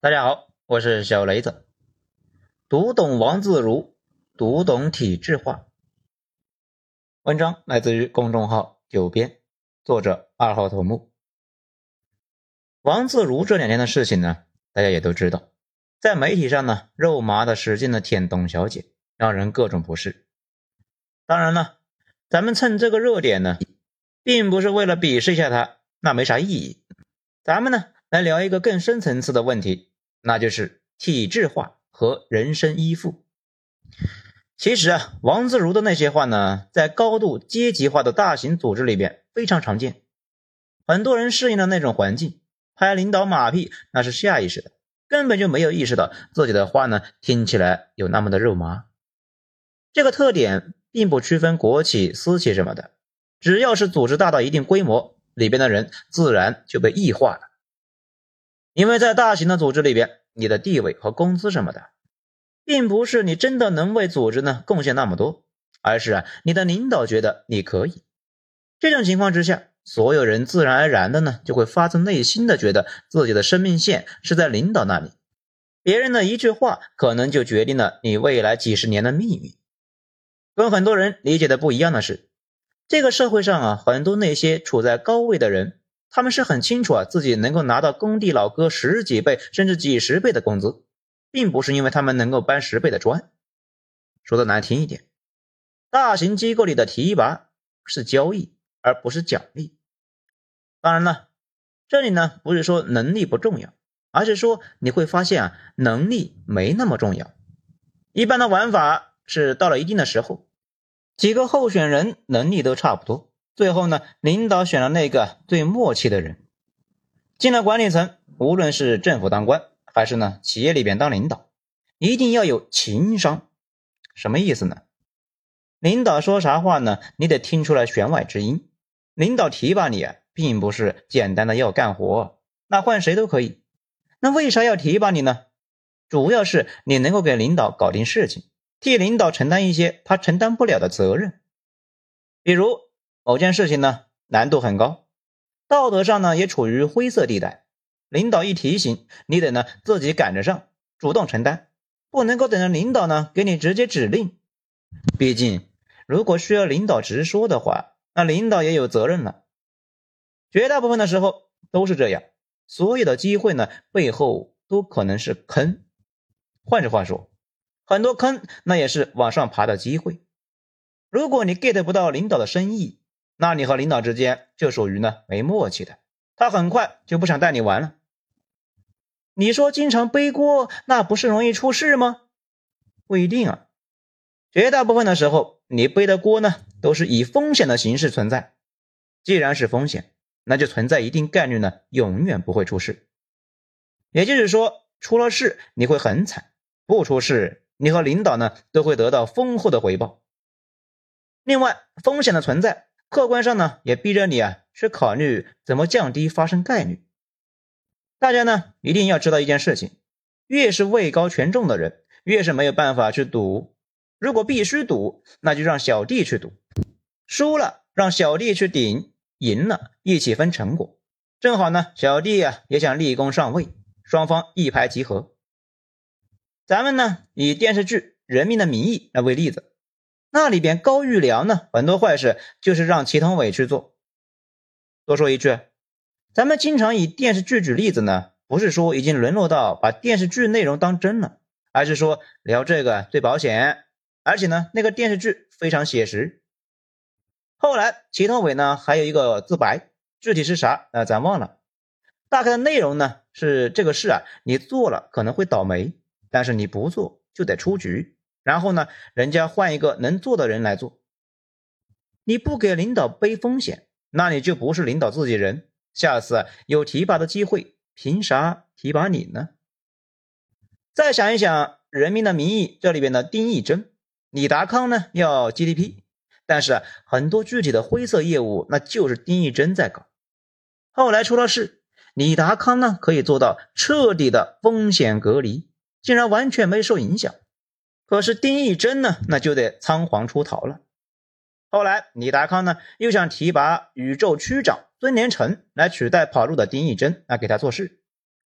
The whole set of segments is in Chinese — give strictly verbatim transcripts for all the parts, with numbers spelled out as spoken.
大家好，我是小雷子。读懂王自如，读懂体制化。文章来自于公众号九编，作者二号头目。王自如这两天的事情呢，大家也都知道，在媒体上呢，肉麻的使劲的舔董小姐，让人各种不适。当然了，咱们蹭这个热点呢，并不是为了鄙视一下她，那没啥意义。咱们呢，来聊一个更深层次的问题，那就是体制化和人身依附。其实啊，王自如的那些话呢，在高度阶级化的大型组织里边非常常见。很多人适应了那种环境，拍领导马屁那是下意识的，根本就没有意识到自己的话呢听起来有那么的肉麻。这个特点并不区分国企、私企什么的，只要是组织大到一定规模，里边的人自然就被异化了。因为在大型的组织里边，你的地位和工资什么的，并不是你真的能为组织呢贡献那么多，而是啊你的领导觉得你可以。这种情况之下，所有人自然而然的呢就会发自内心的觉得自己的生命线是在领导那里，别人的一句话可能就决定了你未来几十年的命运。跟很多人理解的不一样的是，这个社会上啊很多那些处在高位的人，他们是很清楚啊自己能够拿到工地老哥十几倍甚至几十倍的工资，并不是因为他们能够搬十倍的砖。说的难听一点，大型机构里的提拔是交易而不是奖励。当然了，这里呢不是说能力不重要，而是说你会发现啊能力没那么重要。一般的玩法是到了一定的时候，几个候选人能力都差不多，最后呢领导选了那个最默契的人。进了管理层，无论是政府当官还是呢企业里边当领导，一定要有情商。什么意思呢？领导说啥话呢，你得听出来弦外之音。领导提拔你啊，并不是简单的要干活，那换谁都可以。那为啥要提拔你呢？主要是你能够给领导搞定事情，替领导承担一些他承担不了的责任。比如某件事情呢难度很高，道德上呢也处于灰色地带，领导一提醒，你得呢自己赶着上，主动承担，不能够等着领导呢给你直接指令。毕竟如果需要领导直说的话，那领导也有责任了。绝大部分的时候都是这样，所有的机会呢背后都可能是坑。换句话说，很多坑那也是往上爬的机会。如果你 get 不到领导的深意，那你和领导之间就属于呢没默契的，他很快就不想带你玩了。你说经常背锅，那不是容易出事吗？不一定啊。绝大部分的时候，你背的锅呢都是以风险的形式存在。既然是风险，那就存在一定概率呢永远不会出事。也就是说，出了事你会很惨，不出事你和领导呢都会得到丰厚的回报。另外，风险的存在客观上呢也逼着你啊去考虑怎么降低发生概率。大家呢一定要知道一件事情，越是位高权重的人，越是没有办法去赌。如果必须赌，那就让小弟去赌，输了让小弟去顶，赢了一起分成果。正好呢小弟啊也想立功上位，双方一拍即合。咱们呢以电视剧《人民的名义》来为例子，那里边高育良呢很多坏事就是让祁同伟去做。多说一句，咱们经常以电视剧举例子呢，不是说已经沦落到把电视剧内容当真了，而是说聊这个最保险，而且呢那个电视剧非常写实。后来祁同伟呢还有一个自白，具体是啥呃咱忘了。大概的内容呢是这个事啊你做了可能会倒霉，但是你不做就得出局，然后呢人家换一个能做的人来做。你不给领导背风险，那你就不是领导自己人，下次啊有提拔的机会，凭啥提拔你呢？再想一想《人民的名义》这里边的丁义珍，李达康呢要 G D P， 但是啊很多具体的灰色业务那就是丁义珍在搞。后来出了事，李达康呢可以做到彻底的风险隔离，竟然完全没受影响。可是丁义珍呢那就得仓皇出逃了。后来李达康呢又想提拔宇宙区长孙连成来取代跑路的丁义珍来给他做事。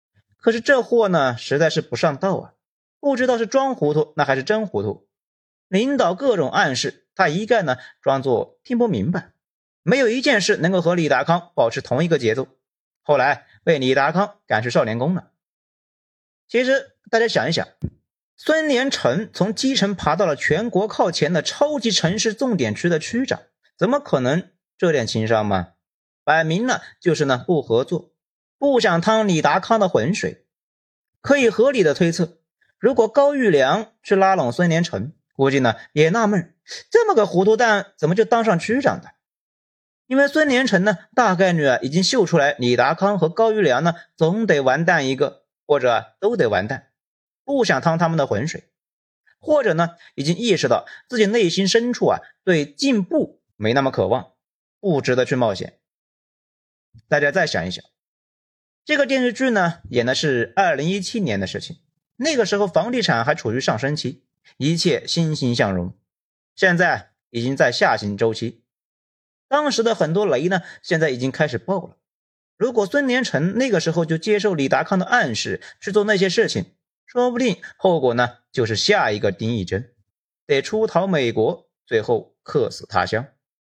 可是这货呢实在是不上道啊，不知道是装糊涂那还是真糊涂。领导各种暗示，他一概呢装作听不明白，没有一件事能够和李达康保持同一个节奏。后来被李达康赶去少年宫了。其实大家想一想，孙连成从基层爬到了全国靠前的超级城市重点区的区长，怎么可能这点情商吗？摆明了就是呢不合作，不想趟李达康的浑水。可以合理的推测，如果高育良去拉拢孙连成，估计呢也纳闷，这么个糊涂蛋怎么就当上区长的？因为孙连成呢大概率啊已经嗅出来李达康和高育良呢总得完蛋一个，或者都得完蛋，不想趟他们的浑水，或者呢已经意识到自己内心深处啊对进步没那么渴望，不值得去冒险。大家再想一想，这个电视剧呢演的是二零一七年的事情，那个时候房地产还处于上升期，一切欣欣向荣，现在已经在下行周期。当时的很多雷呢现在已经开始爆了。如果孙连成那个时候就接受李达康的暗示去做那些事情，说不定后果呢就是下一个丁义珍得出逃美国，最后客死他乡。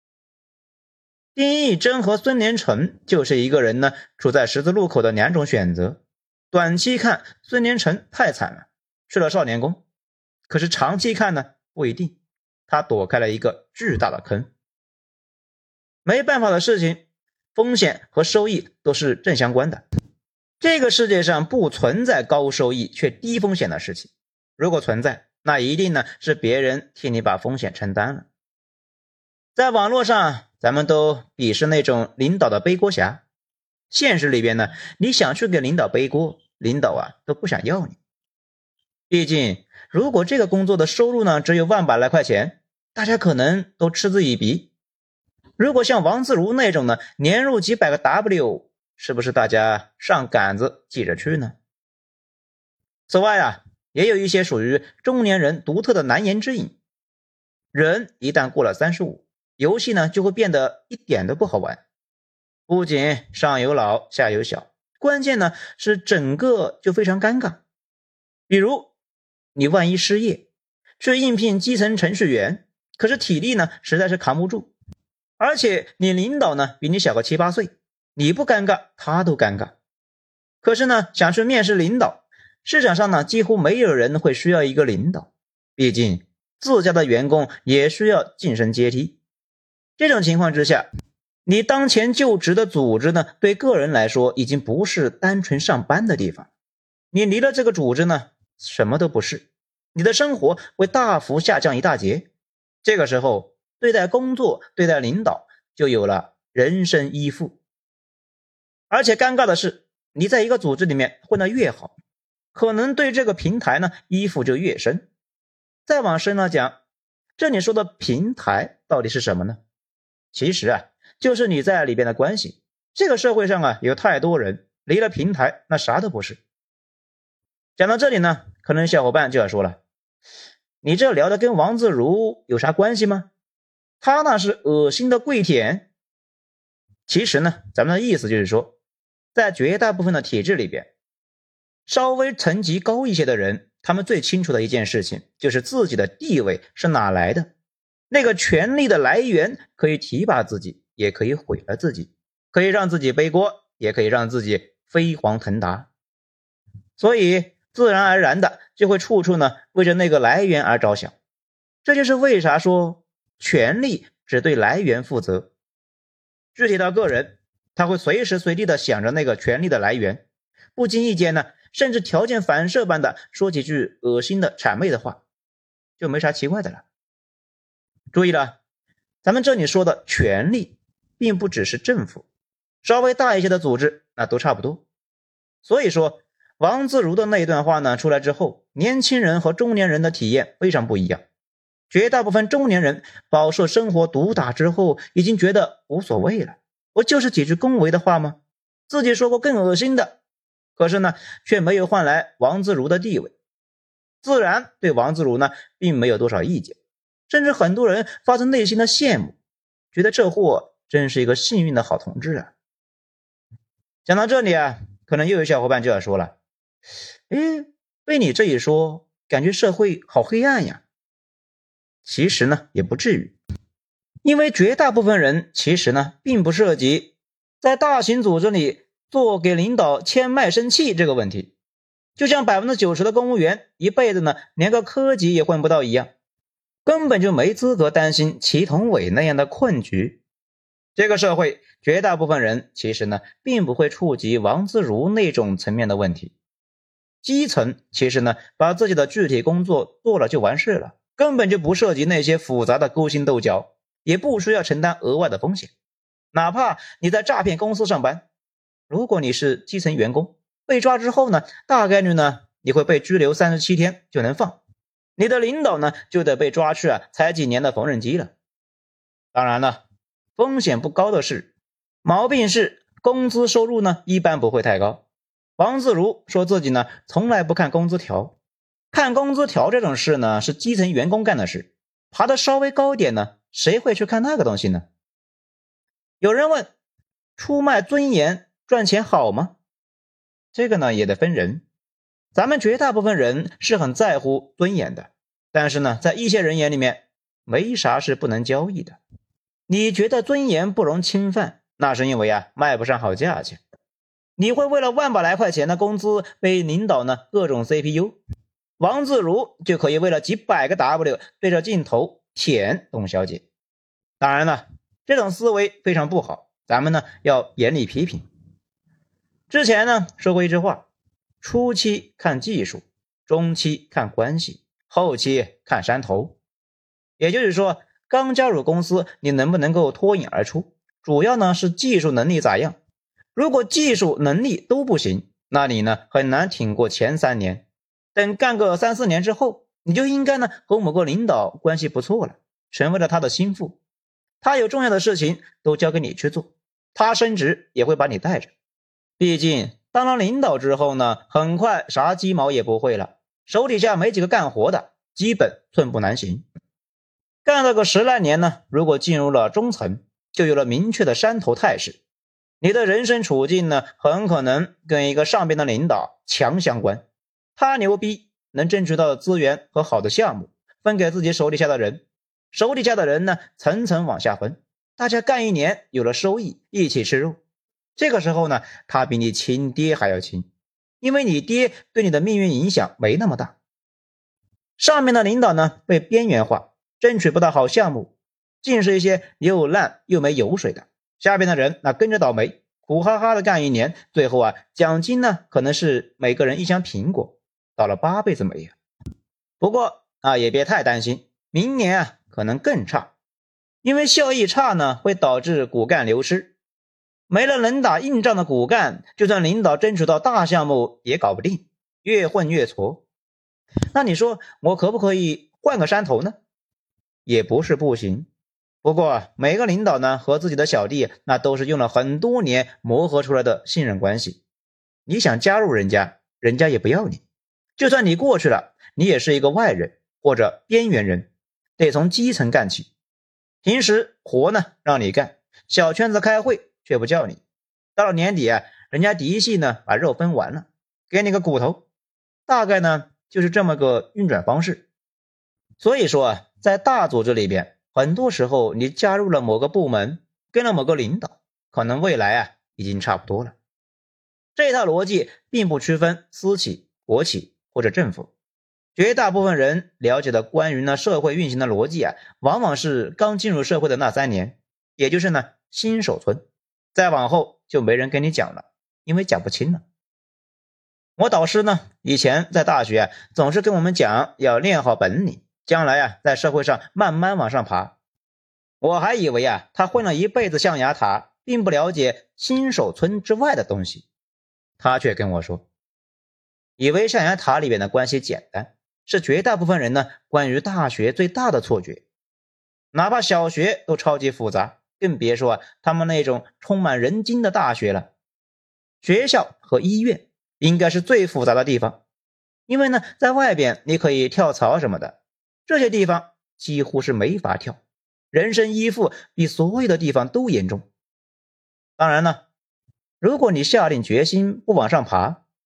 丁义珍和孙连成就是一个人呢处在十字路口的两种选择。短期看孙连成太惨了，去了少年宫，可是长期看呢不一定，他躲开了一个巨大的坑。没办法的事情，风险和收益都是正相关的。这个世界上不存在高收益却低风险的事情，如果存在，那一定呢是别人替你把风险承担了。在网络上咱们都鄙视那种领导的背锅侠，现实里边呢，你想去给领导背锅，领导啊都不想要你。毕竟如果这个工作的收入呢只有万把来块钱，大家可能都嗤之以鼻。如果像王自如那种呢年入几百个 W， 是不是大家上杆子记着去呢？此外啊，也有一些属于中年人独特的难言之隐。人一旦过了三十五，游戏呢就会变得一点都不好玩。不仅上有老下有小，关键呢是整个就非常尴尬。比如你万一失业，去应聘基层程序员，可是体力呢实在是扛不住，而且你领导呢比你小个七八岁，你不尴尬他都尴尬。可是呢想去面试领导，市场上呢几乎没有人会需要一个领导，毕竟自家的员工也需要晋升阶梯。这种情况之下，你当前就职的组织呢对个人来说已经不是单纯上班的地方，你离了这个组织呢什么都不是，你的生活会大幅下降一大截。这个时候对待工作对待领导就有了人身依附。而且尴尬的是，你在一个组织里面混得越好，可能对这个平台呢依附就越深。再往深了讲，这里说的平台到底是什么呢？其实啊就是你在里边的关系。这个社会上啊有太多人离了平台那啥都不是。讲到这里呢，可能小伙伴就要说了，你这聊的跟王自如有啥关系吗？他那是恶心的跪舔。其实呢咱们的意思就是说，在绝大部分的体制里边，稍微层级高一些的人，他们最清楚的一件事情就是自己的地位是哪来的。那个权力的来源可以提拔自己，也可以毁了自己，可以让自己背锅，也可以让自己飞黄腾达。所以自然而然的就会处处呢为着那个来源而着想。这就是为啥说权力只对来源负责。具体到个人，他会随时随地的想着那个权力的来源，不经意间呢甚至条件反射般的说几句恶心的谄媚的话，就没啥奇怪的了。注意了，咱们这里说的权力并不只是政府，稍微大一些的组织那都差不多。所以说王自如的那一段话呢出来之后，年轻人和中年人的体验非常不一样。绝大部分中年人饱受生活毒打之后，已经觉得无所谓了，不就是几句恭维的话吗？自己说过更恶心的，可是呢却没有换来王自如的地位，自然对王自如呢并没有多少意见，甚至很多人发自内心的羡慕，觉得这货真是一个幸运的好同志啊。讲到这里啊，可能又有小伙伴就要说了， 诶，被你这一说，感觉社会好黑暗呀。其实呢，也不至于，因为绝大部分人其实呢，并不涉及在大型组织里做给领导牵麦生气这个问题。就像 百分之九十 的公务员一辈子呢，连个科级也混不到一样，根本就没资格担心祁同伟那样的困局。这个社会绝大部分人其实呢，并不会触及王自如那种层面的问题。基层其实呢，把自己的具体工作做了就完事了，根本就不涉及那些复杂的勾心斗角，也不需要承担额外的风险。哪怕你在诈骗公司上班，如果你是基层员工，被抓之后呢，大概率呢，你会被拘留三十七天就能放，你的领导呢，就得被抓去啊踩几年的缝纫机了。当然了，风险不高的是，毛病是工资收入呢，一般不会太高。王自如说自己呢，从来不看工资条，看工资条这种事呢，是基层员工干的事，爬得稍微高一点呢，谁会去看那个东西呢？有人问，出卖尊严赚钱好吗？这个呢也得分人，咱们绝大部分人是很在乎尊严的，但是呢，在一些人眼里面，没啥是不能交易的。你觉得尊严不容侵犯，那是因为啊卖不上好价钱。你会为了万把来块钱的工资被领导呢各种 C P U， 王自如就可以为了几百个 W 对着镜头舔董小姐。当然了，这种思维非常不好，咱们呢要严厉批评。之前呢说过一句话，初期看技术，中期看关系，后期看山头。也就是说，刚加入公司你能不能够脱颖而出，主要呢是技术能力咋样。如果技术能力都不行，那你呢很难挺过前三年。等干个三四年之后，你就应该呢和某个领导关系不错了，成为了他的心腹。他有重要的事情都交给你去做，他升职也会把你带着。毕竟当了领导之后呢，很快啥鸡毛也不会了，手底下没几个干活的，基本寸步难行。干了个十来年呢，如果进入了中层，就有了明确的山头态势。你的人生处境呢，很可能跟一个上边的领导强相关。他牛逼，能争取到的资源和好的项目分给自己手底下的人，手底下的人呢，层层往下分，大家干一年有了收益，一起吃肉。这个时候呢，他比你亲爹还要亲，因为你爹对你的命运影响没那么大。上面的领导呢，被边缘化，争取不到好项目，尽是一些又烂又没油水的。下边的人那跟着倒霉，苦哈哈的干一年，最后啊，奖金呢可能是每个人一箱苹果，到了八辈子没啊。不过啊，也别太担心，明年啊可能更差，因为效益差呢会导致骨干流失。没了能打硬仗的骨干，就算领导争取到大项目也搞不定，越混越挫。那你说我可不可以换个山头呢？也不是不行。不过每个领导呢和自己的小弟那都是用了很多年磨合出来的信任关系，你想加入人家，人家也不要你。就算你过去了，你也是一个外人或者边缘人，得从基层干起。平时活呢让你干，小圈子开会却不叫你，到了年底啊，人家嫡系呢把肉分完了，给你个骨头，大概呢就是这么个运转方式。所以说啊，在大组织里边，很多时候你加入了某个部门，跟了某个领导，可能未来啊已经差不多了。这套逻辑并不区分私企、国企或者政府，绝大部分人了解的关于呢社会运行的逻辑啊，往往是刚进入社会的那三年，也就是呢新手村，再往后就没人跟你讲了，因为讲不清了。我导师呢以前在大学啊，总是跟我们讲要练好本领，将来啊在社会上慢慢往上爬。我还以为啊他混了一辈子象牙塔，并不了解新手村之外的东西。他却跟我说，以为象牙塔里面的关系简单，是绝大部分人呢关于大学最大的错觉。哪怕小学都超级复杂，更别说啊他们那种充满人精的大学了。学校和医院应该是最复杂的地方，因为呢在外边你可以跳槽什么的，这些地方几乎是没法跳，人身依附比所有的地方都严重。当然呢，如果你下定决心不往上爬，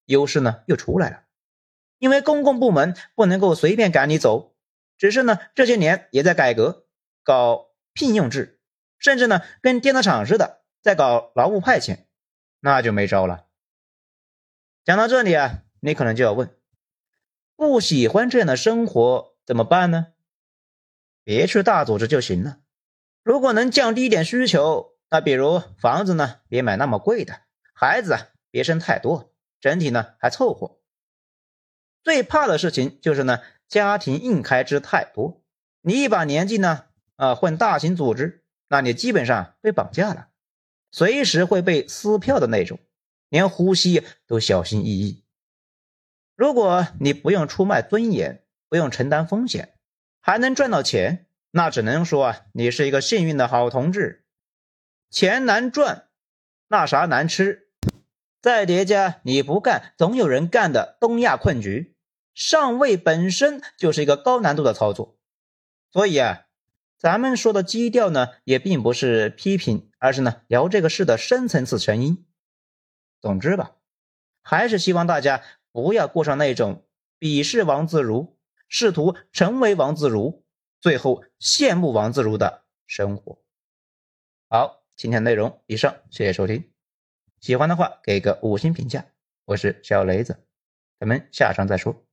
优势呢又出来了。因为公共部门不能够随便赶你走，只是呢这些年也在改革，搞聘用制，甚至呢跟电子厂似的在搞劳务派遣，那就没招了。讲到这里啊，你可能就要问，不喜欢这样的生活怎么办呢？别去大组织就行了。如果能降低一点需求，那比如房子呢别买那么贵的，孩子啊别生太多，整体呢还凑合。最怕的事情就是呢家庭硬开支太多，你一把年纪呢啊混大型组织，那你基本上被绑架了，随时会被撕票的那种，连呼吸都小心翼翼。如果你不用出卖尊严，不用承担风险，还能赚到钱，那只能说啊你是一个幸运的好同志。钱难赚，那啥难吃，再叠加你不干总有人干的东亚困局，上位本身就是一个高难度的操作。所以啊咱们说的基调呢也并不是批评，而是呢聊这个事的深层次成因。总之吧，还是希望大家不要过上那种鄙视王自如，试图成为王自如，最后羡慕王自如的生活。好，今天内容以上，谢谢收听。喜欢的话给个五星评价，我是小雷子，咱们下章再说。